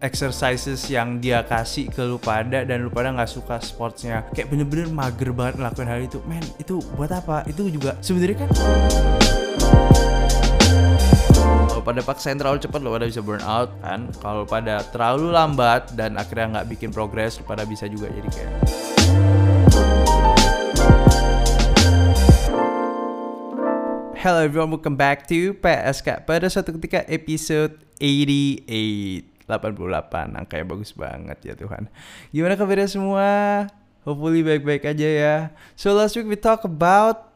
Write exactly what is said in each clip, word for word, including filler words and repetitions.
exercises yang dia kasih ke lu pada dan lu pada nggak suka sportsnya, kayak bener-bener mager banget ngelakuin hal itu, men, itu buat apa? Itu juga sebenarnya kan kalau pada paksain terlalu cepat lo pada bisa burn out kan, kalau pada terlalu lambat dan akhirnya nggak bikin progres, lo pada bisa juga jadi kayak hello everyone, welcome back to P S K pada suatu ketika episode delapan puluh delapan. delapan puluh delapan, angkanya bagus banget ya Tuhan. Gimana kabarnya semua? Hopefully baik-baik aja ya. So last week we talk about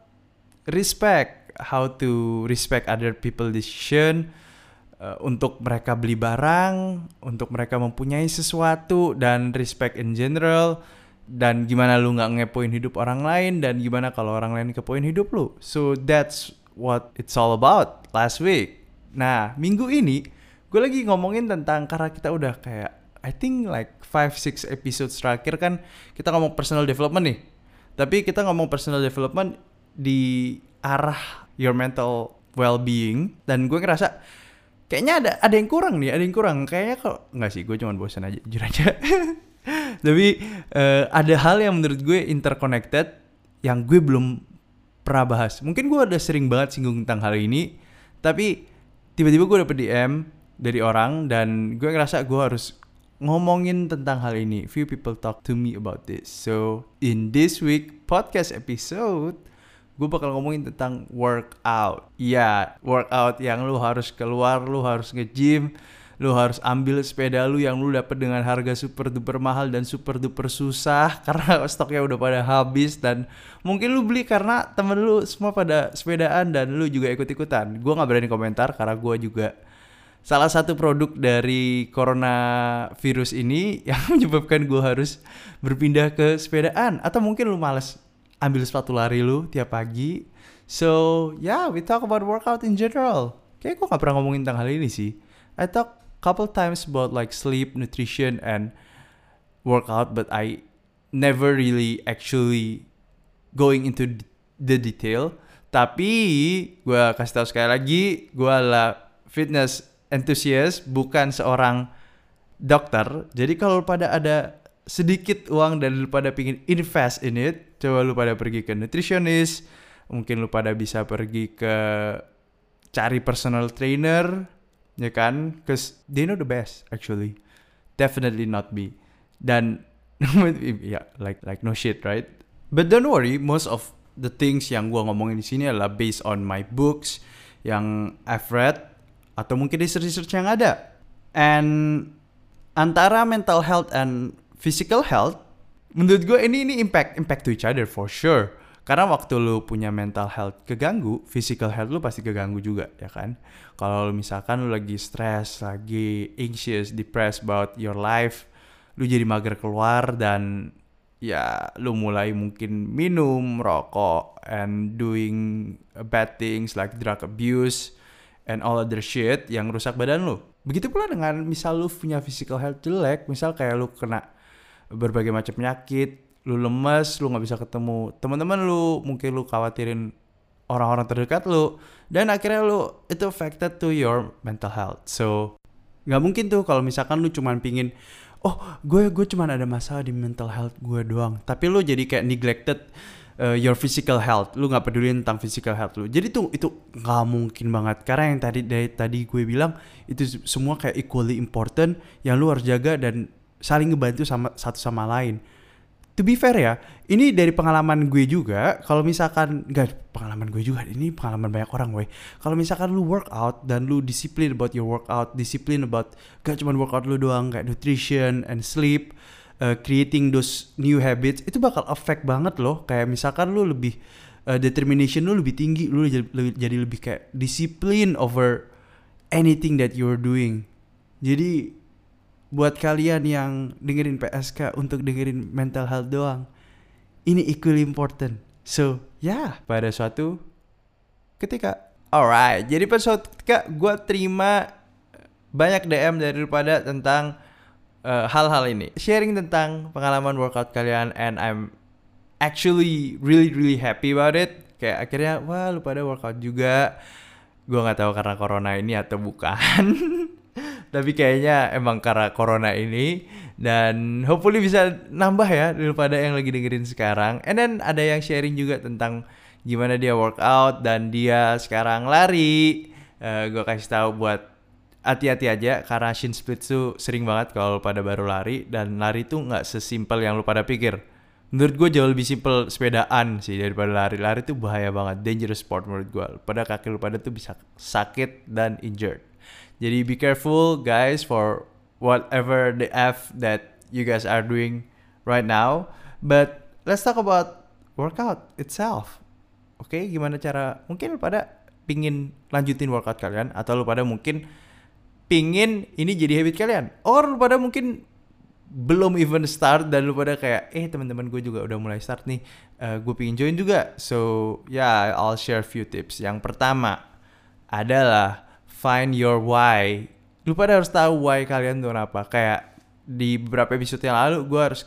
respect, how to respect other people decision, uh, untuk mereka beli barang, untuk mereka mempunyai sesuatu, dan respect in general. Dan gimana lu gak ngepoin hidup orang lain, dan gimana kalau orang lain kepoin hidup lu. So that's what it's all about last week. Nah, minggu ini gue lagi ngomongin tentang, karena kita udah kayak I think like five six episodes terakhir kan kita ngomong personal development nih. Tapi kita ngomong personal development di arah your mental well-being, dan gue ngerasa kayaknya ada ada yang kurang nih, ada yang kurang. Kayaknya kok enggak sih, gue cuma bosan aja, jujur aja. Tapi uh, ada hal yang menurut gue interconnected yang gue belum pernah bahas. Mungkin gue udah sering banget singgung tentang hal ini, tapi tiba-tiba gue dapet D M dari orang dan gue ngerasa gue harus ngomongin tentang hal ini. Few people talk to me about this. So in this week podcast episode, gue bakal ngomongin tentang workout. Ya, workout yang lu harus keluar, lu harus nge-gym, lu harus ambil sepeda lu yang lu dapet dengan harga super duper mahal dan super duper susah karena stoknya udah pada habis, dan mungkin lu beli karena temen lu semua pada sepedaan dan lu juga ikut-ikutan. Gue gak berani komentar karena gue juga salah satu produk dari coronavirus ini yang menyebabkan gue harus berpindah ke sepedaan. Atau mungkin lu males ambil sepatu lari lu tiap pagi. So yeah, we talk about workout in general. Kayaknya gue gak pernah ngomongin tentang hal ini sih. I talk couple times about like sleep, nutrition, and workout, but I never really actually going into the detail. Tapi gue kasih tahu sekali lagi, gue adalah fitness enthusiast, bukan seorang dokter. Jadi kalau lu pada ada sedikit uang dan lu pada pingin invest in it, coba lu pada pergi ke nutritionist, mungkin lu pada bisa pergi ke cari personal trainer, ya kan? Cause they know the best actually. Definitely not me. Dan yeah, like like no shit, right? But don't worry, most of the things yang gua ngomongin di sini adalah based on my books yang I've read atau mungkin research-research yang ada. And antara mental health and physical health, menurut gue ini ini impact impact to each other for sure. Karena waktu lu punya mental health keganggu, physical health lu pasti keganggu juga, ya kan? Kalau misalkan lu lagi stress, lagi anxious, depressed about your life, lu jadi mager keluar dan ya lu mulai mungkin minum, rokok, and doing bad things like drug abuse and all other shit yang rusak badan lu. Begitu pula dengan misal lu punya physical health jelek, misal kayak lu kena berbagai macam penyakit, lu lemes, lu gak bisa ketemu teman-teman lu, mungkin lu khawatirin orang-orang terdekat lu, dan akhirnya lu itu affected to your mental health. So gak mungkin tuh kalau misalkan lu cuman pingin, oh gue gue cuman ada masalah di mental health gue doang, tapi lu jadi kayak neglected uh, your physical health, lu gak peduli tentang physical health lu. Jadi tuh itu gak mungkin banget, karena yang tadi dari tadi gue bilang itu semua kayak equally important yang lu harus jaga dan saling ngebantu sama satu sama lain. To be fair ya, ini dari pengalaman gue juga. Kalau misalkan, gak pengalaman gue juga, ini pengalaman banyak orang gue. Kalau misalkan lu workout dan lu disiplin about your workout, disiplin about gak cuma workout lu doang, kayak nutrition and sleep, uh, creating those new habits, itu bakal affect banget loh. Kayak misalkan lu lebih uh, determination lu lebih tinggi, lu jadi, jadi lebih kayak disiplin over anything that you're doing. Jadi buat kalian yang dengerin P S K untuk dengerin mental health doang, ini equally important. So, ya, yeah, pada suatu ketika. Alright, jadi pada suatu ketika gue terima banyak D M daripada tentang uh, hal-hal ini. Sharing tentang pengalaman workout kalian, and I'm actually really really happy about it. Kayak akhirnya, wah lu pada workout juga. Gue gak tahu karena corona ini atau bukan. Tapi kayaknya emang karena corona ini. Dan hopefully bisa nambah ya daripada yang lagi dengerin sekarang. And then ada yang sharing juga tentang gimana dia workout dan dia sekarang lari. uh, Gue kasih tahu buat hati-hati aja karena shin split tuh sering banget kalau lu pada baru lari. Dan lari tuh gak sesimpel yang lu pada pikir. Menurut gue jauh lebih simpel sepedaan sih daripada lari. Lari tuh bahaya banget, dangerous sport menurut gue. Pada kaki lu pada tuh bisa sakit dan injured. Jadi be careful guys for whatever the F that you guys are doing right now. But let's talk about workout itself. Oke, okay, gimana cara, mungkin lu pada pingin lanjutin workout kalian. Atau lu pada mungkin pingin ini jadi habit kalian. Or lu pada mungkin belum even start dan lu pada kayak, eh teman-teman gue juga udah mulai start nih. uh, Gue pingin join juga. So yeah, I'll share few tips. Yang pertama adalah find your why. Lu pada harus tahu why kalian tuh apa. Kayak di beberapa episode yang lalu gue harus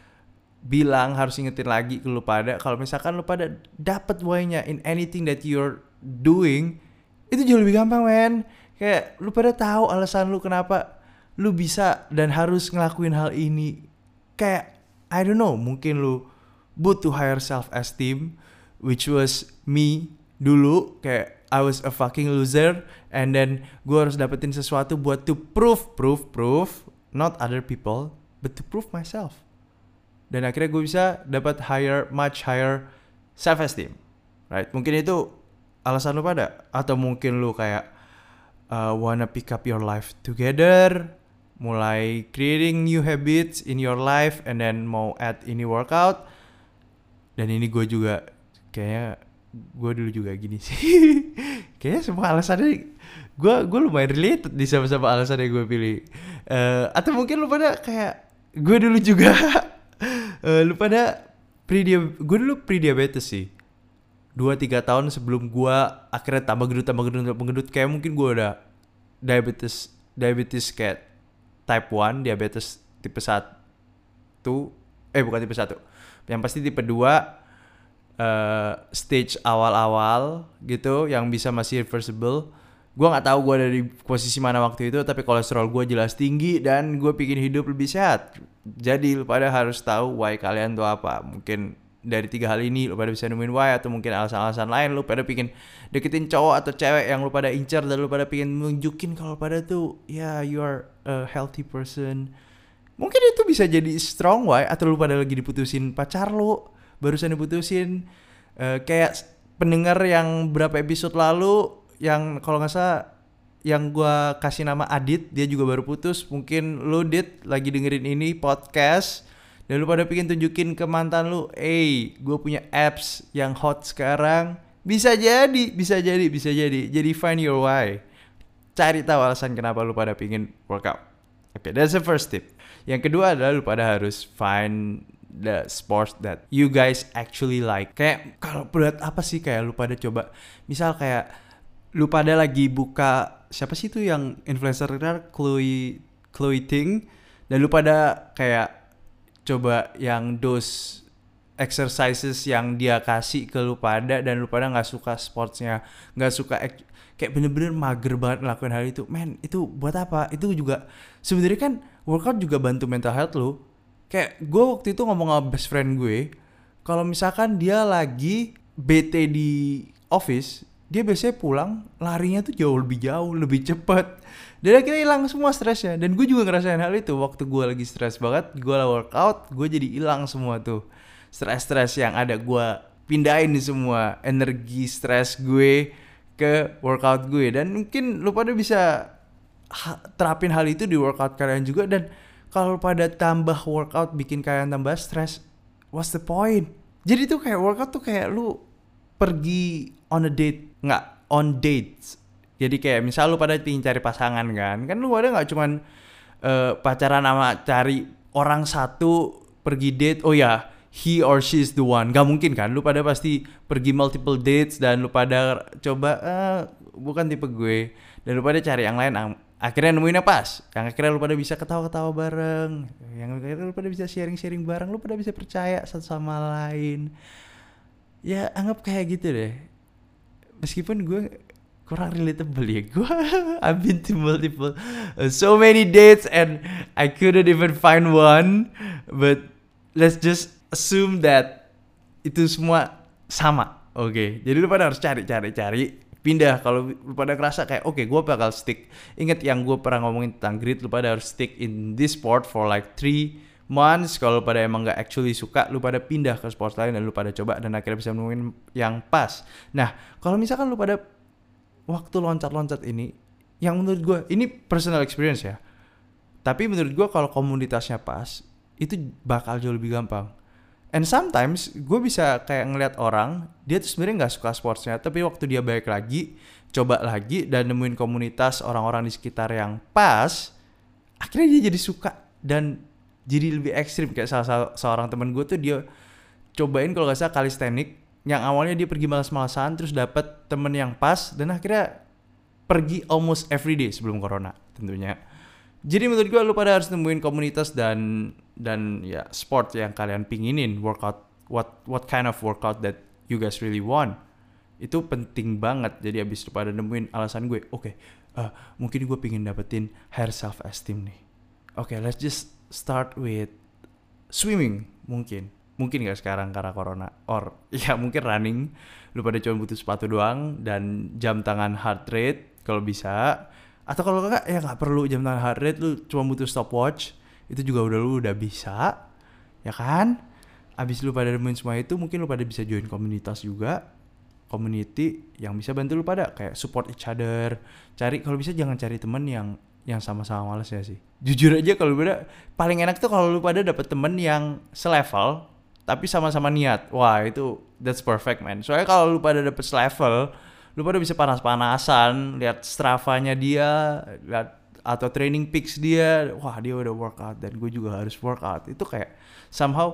bilang, harus ingetin lagi ke lu pada, kalau misalkan lu pada dapet why-nya in anything that you're doing, itu jauh lebih gampang men. Kayak lu pada tahu alasan lu kenapa lu bisa dan harus ngelakuin hal ini. Kayak I don't know, mungkin lu butuh higher self-esteem, which was me dulu. Kayak I was a fucking loser, and then gue harus dapetin sesuatu buat to prove, prove, prove, not other people, but to prove myself. Dan akhirnya gue bisa dapat higher, much higher self-esteem, right? Mungkin itu alasan lu pada, atau mungkin lu kayak uh, wanna pick up your life together, mulai creating new habits in your life, and then mau add ini workout. Dan ini gue juga kayaknya gue dulu juga gini sih. Kayaknya semua alasannya gue gue lumayan related di sama-sama alasan yang gue pilih. Uh, atau mungkin lu pada kayak gue dulu juga. uh, lu pada pre gue dulu pre-diabetes sih. dua tiga tahun sebelum gue akhirnya tambah gendut tambah gendut tambah gendut, kayak mungkin gue udah diabetes diabetes kayak type one, diabetes tipe satu. Eh bukan tipe satu. Yang pasti tipe dua. Uh, stage awal-awal gitu yang bisa masih reversible. Gue nggak tahu gue ada di posisi mana waktu itu, tapi kolesterol gue jelas tinggi dan gue bikin hidup lebih sehat. Jadi lu pada harus tahu why kalian tuh apa. Mungkin dari tiga hal ini lu pada bisa nemuin why, atau mungkin alasan-alasan lain lu pada bikin deketin cowok atau cewek yang lu pada incer dan lu pada bikin nunjukin kalau pada tuh ya yeah, you are a healthy person. Mungkin itu bisa jadi strong why, atau lu pada lagi diputusin pacar lu, barusan diputusin. uh, Kayak pendengar yang berapa episode lalu, yang kalau gak salah yang gue kasih nama Adit, dia juga baru putus. Mungkin lu Dit lagi dengerin ini podcast dan lu pada pengen tunjukin ke mantan lu, eh gue punya apps yang hot sekarang. Bisa jadi, bisa jadi, bisa jadi. Jadi find your why. Cari tahu alasan kenapa lu pada pengen workout. Oke, okay, that's the first tip. Yang kedua adalah lu pada harus find the sports that you guys actually like. Kayak kalau buat apa sih, kayak lu pada coba, misal kayak lu pada lagi buka, siapa sih itu yang influencer Chloe Chloe Ting, dan lu pada kayak coba yang those exercises yang dia kasih ke lu pada, dan lu pada nggak suka sportsnya, nggak suka ek- kayak bener-bener mager banget ngelakuin hal itu. Man, itu buat apa? Itu juga sebenarnya kan workout juga bantu mental health lu. Kayak gue waktu itu ngomong sama best friend gue, kalau misalkan dia lagi bete di office, dia biasanya pulang larinya tuh jauh lebih jauh, lebih cepat, dan akhirnya hilang semua stresnya. Dan gue juga ngerasain hal itu waktu gue lagi stres banget, gue lah workout, gue jadi hilang semua tuh stres-stres yang ada. Gue pindahin semua energi stres gue ke workout gue. Dan mungkin lu pada bisa ha- terapin hal itu di workout kalian juga. Dan kalau pada tambah workout bikin kalian tambah stres, what's the point? Jadi tuh kayak workout tuh kayak lu pergi on a date, nggak on dates. Jadi kayak misal lu pada ingin cari pasangan kan, kan lu pada nggak cuman uh, pacaran sama cari orang satu pergi date, oh ya he or she is the one. Gak mungkin kan, lu pada pasti pergi multiple dates dan lu pada coba uh, bukan tipe gue, dan lu pada cari yang lain. Akhirnya nemuinnya pas, yang akhirnya lu pada bisa ketawa-ketawa bareng, yang akhirnya lu pada bisa sharing-sharing bareng, lu pada bisa percaya satu sama lain. Ya anggap kayak gitu deh. Meskipun gue kurang relatable ya. Gue I've been to multiple uh, so many dates and I couldn't even find one. But let's just assume that itu semua sama. Oke, okay. Jadi lu pada harus cari-cari-cari pindah. Kalau lu pada ngerasa kayak oke okay, gue bakal stick. Ingat yang gue pernah ngomongin tentang grit, lu pada harus stick in this sport for like three months. Kalau pada emang gak actually suka, lu pada pindah ke sport lain dan lu pada coba dan akhirnya bisa nemuin yang pas. Nah, kalau misalkan lu pada waktu loncat-loncat ini, yang menurut gue, ini personal experience ya, tapi menurut gue kalau komunitasnya pas, itu bakal jauh lebih gampang. And sometimes gue bisa kayak ngeliat orang, dia tuh sebenarnya gak suka sportsnya, tapi waktu dia balik lagi, coba lagi, dan nemuin komunitas orang-orang di sekitar yang pas, akhirnya dia jadi suka, dan jadi lebih ekstrim. Kayak salah seorang temen gue tuh dia cobain kalau gak salah calisthenics, yang awalnya dia pergi malas-malasan terus dapat temen yang pas dan akhirnya pergi almost every day sebelum corona tentunya. Jadi menurut gue lu pada harus nemuin komunitas dan dan ya sport yang kalian pinginin, workout what what kind of workout that you guys really want. Itu penting banget. Jadi abis lu pada nemuin alasan gue, oke, okay, uh, mungkin gue pingin dapetin higher self esteem nih. Oke, okay, let's just start with swimming mungkin. Mungkin gak sekarang karena corona. Or ya mungkin running. Lu pada cuma butuh sepatu doang. Dan jam tangan heart rate kalau bisa. Atau kalau enggak ya gak perlu jam tangan heart rate. Lu cuma butuh stopwatch. Itu juga udah lu udah bisa. Ya kan? Abis lu pada nemuin semua itu, mungkin lu pada bisa join komunitas juga. Community yang bisa bantu lu pada. Kayak support each other. Cari, kalau bisa jangan cari temen yang yang sama-sama males ya sih. Jujur aja kalau pada paling enak tuh kalau lu pada dapet temen yang selevel tapi sama-sama niat. Wah itu that's perfect man. Soalnya kalau lu pada dapet level, lu pada bisa panas-panasan, lihat Strava-nya dia, lihat atau training peaks dia. Wah dia udah workout dan gue juga harus workout. Itu kayak somehow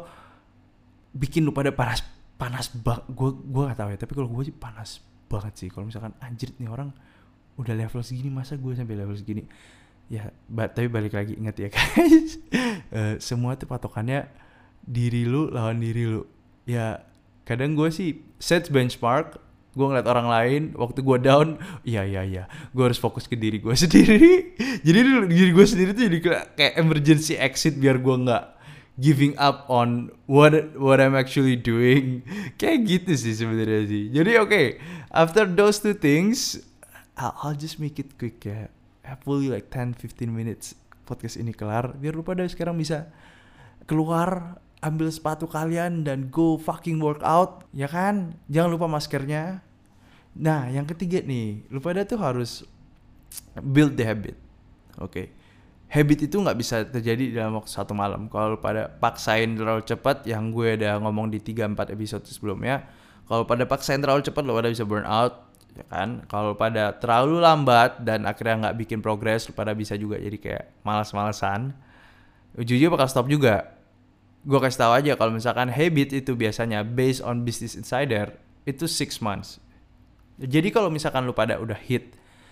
bikin lu pada panas panas banget. Gue gue nggak tahu ya. Tapi kalau gue sih panas banget sih. Kalau misalkan anjir nih orang udah level segini, masa gue sampai level segini. Ya, ba- tapi balik lagi ingat ya guys. uh, semua tuh patokannya diri lu lawan diri lu. Ya kadang gue sih set benchmark, gue ngeliat orang lain waktu gue down, iya iya iya gue harus fokus ke diri gue sendiri. Jadi diri gue sendiri tuh jadi kayak emergency exit biar gue nggak giving up on what what I'm actually doing. Kayak gitu sih sebenarnya sih. Jadi oke, okay, after those two things I'll, I'll just make it quick ya. Hopefully like ten to fifteen minutes podcast ini kelar biar lu pada sekarang bisa keluar, ambil sepatu kalian dan go fucking workout, ya kan? Jangan lupa maskernya. Nah, yang ketiga nih, lu pada tuh harus build the habit. Oke. Okay. Habit itu nggak bisa terjadi dalam waktu satu malam. Kalau lu pada paksain terlalu cepat, yang gue udah ngomong di tiga empat episode sebelumnya, kalau pada paksain terlalu cepat lu pada bisa burn out, ya kan? Kalau pada terlalu lambat dan akhirnya nggak bikin progres, lu pada bisa juga jadi kayak malas-malasan. Ujung-ujungnya bakal stop juga. Gue kasih tahu aja kalau misalkan habit itu biasanya based on Business Insider itu six months. Jadi kalau misalkan lu pada udah hit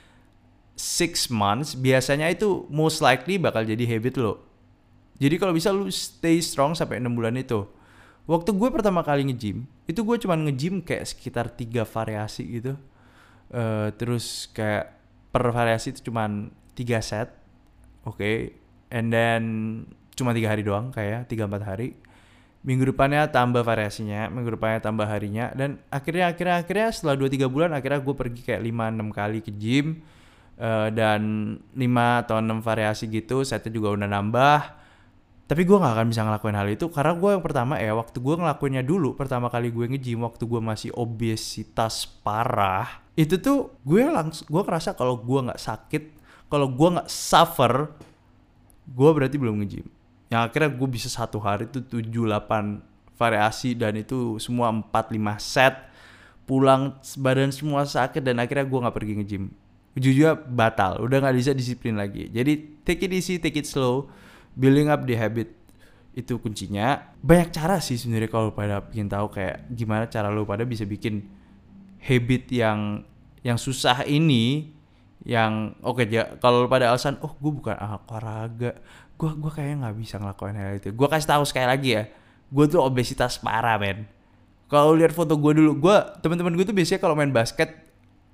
six months, biasanya itu most likely bakal jadi habit lo. Jadi kalau bisa lu stay strong sampai enam bulan itu. Waktu gue pertama kali nge-gym, itu gue cuma nge-gym kayak sekitar tiga variasi gitu. Uh, terus kayak per variasi itu cuma tiga set. Oke. Okay. And then cuma tiga hari doang kayak tiga empat hari. Minggu depannya tambah variasinya, minggu depannya tambah harinya, dan akhirnya akhirnya akhirnya setelah dua tiga bulan akhirnya gue pergi kayak lima enam kali ke gym, uh, dan lima atau enam variasi gitu, setnya juga udah nambah. Tapi gue nggak akan bisa ngelakuin hal itu karena gue yang pertama ya waktu gue ngelakuinnya dulu pertama kali gue nge-gym waktu gue masih obesitas parah, itu tuh gue langsung gue ngerasa kalau gue nggak sakit, kalau gue nggak suffer, gue berarti belum nge-gym. Yang akhirnya gue bisa satu hari itu tujuh delapan variasi dan itu semua empat lima set. Pulang badan semua sakit dan akhirnya gue gak pergi nge-gym. Ujung-ujungnya batal, udah gak bisa disiplin lagi. Jadi take it easy, take it slow. Building up the habit itu kuncinya. Banyak cara sih sebenarnya kalau pada ingin tahu kayak gimana cara lo pada bisa bikin habit yang yang susah ini, yang oke okay, ya kalau pada alasan oh gue bukan anak olahraga, gue gue kayaknya nggak bisa ngelakuin hal itu. Gue kasih tahu sekali lagi ya, gue tuh obesitas parah men. Kalau lihat foto gue dulu, gue teman-teman gue tuh biasanya kalau main basket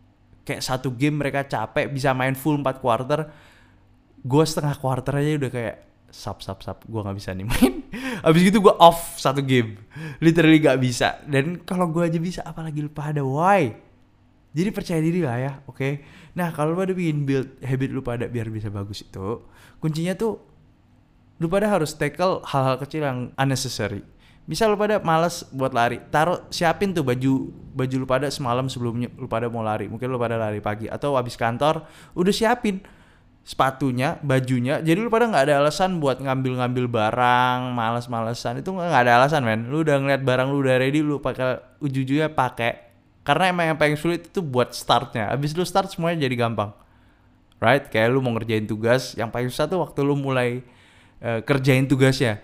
kayak satu game mereka capek bisa main full empat quarter, gue setengah quarter aja udah kayak sub sub sub gue nggak bisa nih main. Abis gitu gue off satu game, literally gak bisa. Dan kalau gue aja bisa, apalagi lu pada, why? Jadi percaya diri lah ya, oke? Okay? Nah kalau lu pada bikin build habit lu pada biar bisa bagus itu, kuncinya tuh lu pada harus tackle hal-hal kecil yang unnecessary. Misal lu pada malas buat lari, taruh siapin tuh baju baju lu pada semalam sebelumnya lu pada mau lari. Mungkin lu pada lari pagi atau habis kantor udah siapin sepatunya, bajunya. Jadi lu pada nggak ada alasan buat ngambil-ngambil barang, malas-malesan. Itu nggak ada alasan, men. Lu udah ngeliat barang lu udah ready, lu pakai uju-ujunya pakai. Karena emang yang paling sulit itu buat startnya. Abis lu start semuanya jadi gampang, right? Kayak lu mau ngerjain tugas, yang paling susah tuh waktu lu mulai uh, kerjain tugasnya.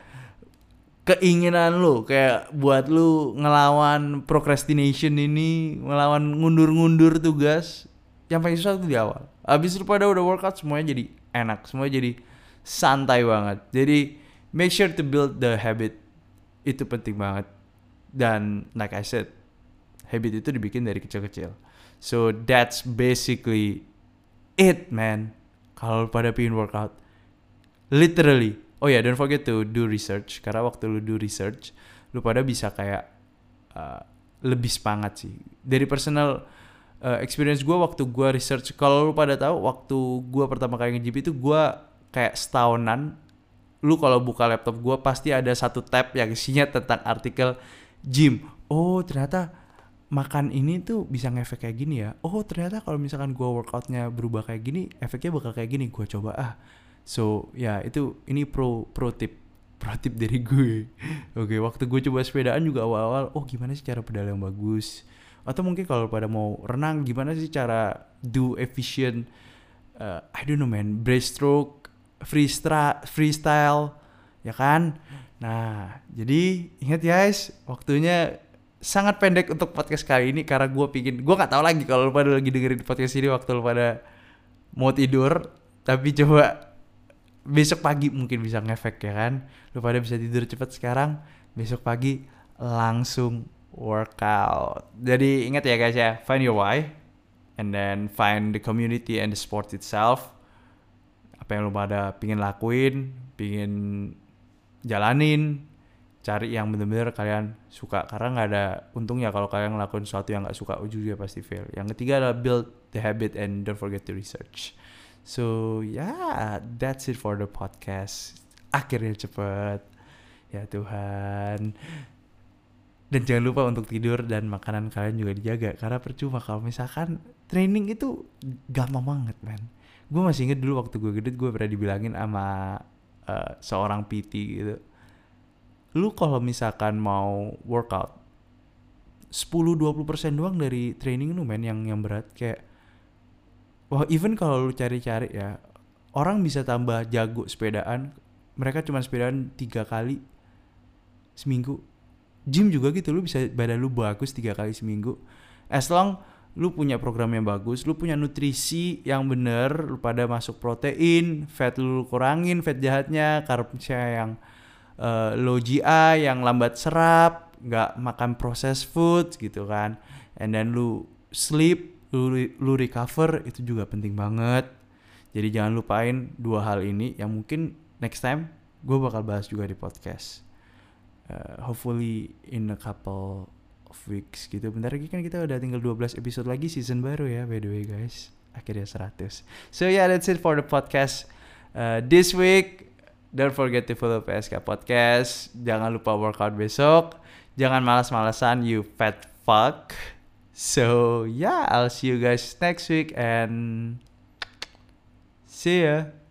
Keinginan lu kayak buat lu ngelawan procrastination ini, ngelawan ngundur-ngundur tugas, yang paling susah tuh di awal. Abis lu pada udah workout semuanya jadi enak, semuanya jadi santai banget. Jadi make sure to build the habit, itu penting banget. Dan like I said, habit itu dibikin dari kecil-kecil. So that's basically it, man. Kalau pada pengen workout, literally. Oh ya, yeah, don't forget to do research. Karena waktu lu do research, lu pada bisa kayak uh, lebih semangat sih. Dari personal uh, experience gue waktu gue research, kalau lu pada tahu waktu gue pertama kali nge-gym itu gue kayak setahunan. Lu kalau buka laptop gue pasti ada satu tab yang isinya tentang artikel gym. Oh ternyata makan ini tuh bisa ngefek kayak gini ya. Oh ternyata kalau misalkan gue workoutnya berubah kayak gini, efeknya bakal kayak gini. Gue coba ah. So ya itu ini pro pro tip pro tip dari gue. Oke, okay, waktu gue coba sepedaan juga awal-awal, oh gimana sih cara pedal yang bagus? Atau mungkin kalau pada mau renang, gimana sih cara do efficient uh, I don't know man, breaststroke, freestyle, freestyle, ya kan? Nah, jadi ingat guys, waktunya sangat pendek untuk podcast kali ini karena gue pingin, gue nggak tahu lagi kalau lu pada lagi dengerin podcast ini waktu lu pada mau tidur, tapi coba besok pagi mungkin bisa ngefek ya kan. Lu pada bisa tidur cepat sekarang, besok pagi langsung workout. Jadi ingat ya guys ya, find your why and then find the community and the sport itself. Apa yang lu pada pingin lakuin, pingin jalanin, cari yang benar-benar kalian suka. Karena gak ada untungnya kalau kalian ngelakuin sesuatu yang gak suka, ujungnya pasti fail. Yang ketiga adalah build the habit and don't forget to research. So yeah, that's it for the podcast. Akhirnya cepet. Ya Tuhan. Dan jangan lupa untuk tidur dan makanan kalian juga dijaga. Karena percuma kalau misalkan training itu gampang banget man. Gue masih inget dulu waktu gue gede, gue pernah dibilangin sama uh, seorang P T gitu. Lu kalau misalkan mau workout sepuluh sampai dua puluh persen doang dari training lu men yang yang berat. Kayak wah, even kalau lu cari-cari ya, orang bisa tambah jago sepedaan, mereka cuma sepedaan tiga kali seminggu. Gym juga gitu, lu bisa badan lu bagus tiga kali seminggu. As long lu punya program yang bagus, lu punya nutrisi yang bener, lu pada masuk protein, fat lu kurangin, fat jahatnya, carbsnya yang uh, low G I, yang lambat serap, gak makan processed food gitu kan. And then lu sleep, Lu, lu recover, itu juga penting banget. Jadi jangan lupain dua hal ini yang mungkin next time gue bakal bahas juga di podcast. Uh, hopefully in a couple of weeks gitu. Bentar lagi kan kita udah tinggal dua belas episode lagi season baru ya by the way guys. Akhirnya seratus. So yeah, that's it for the podcast uh, this week. Don't forget to follow P S K Podcast. Jangan lupa workout besok. Jangan malas-malasan, you fat fuck. So yeah, I'll see you guys next week and see ya.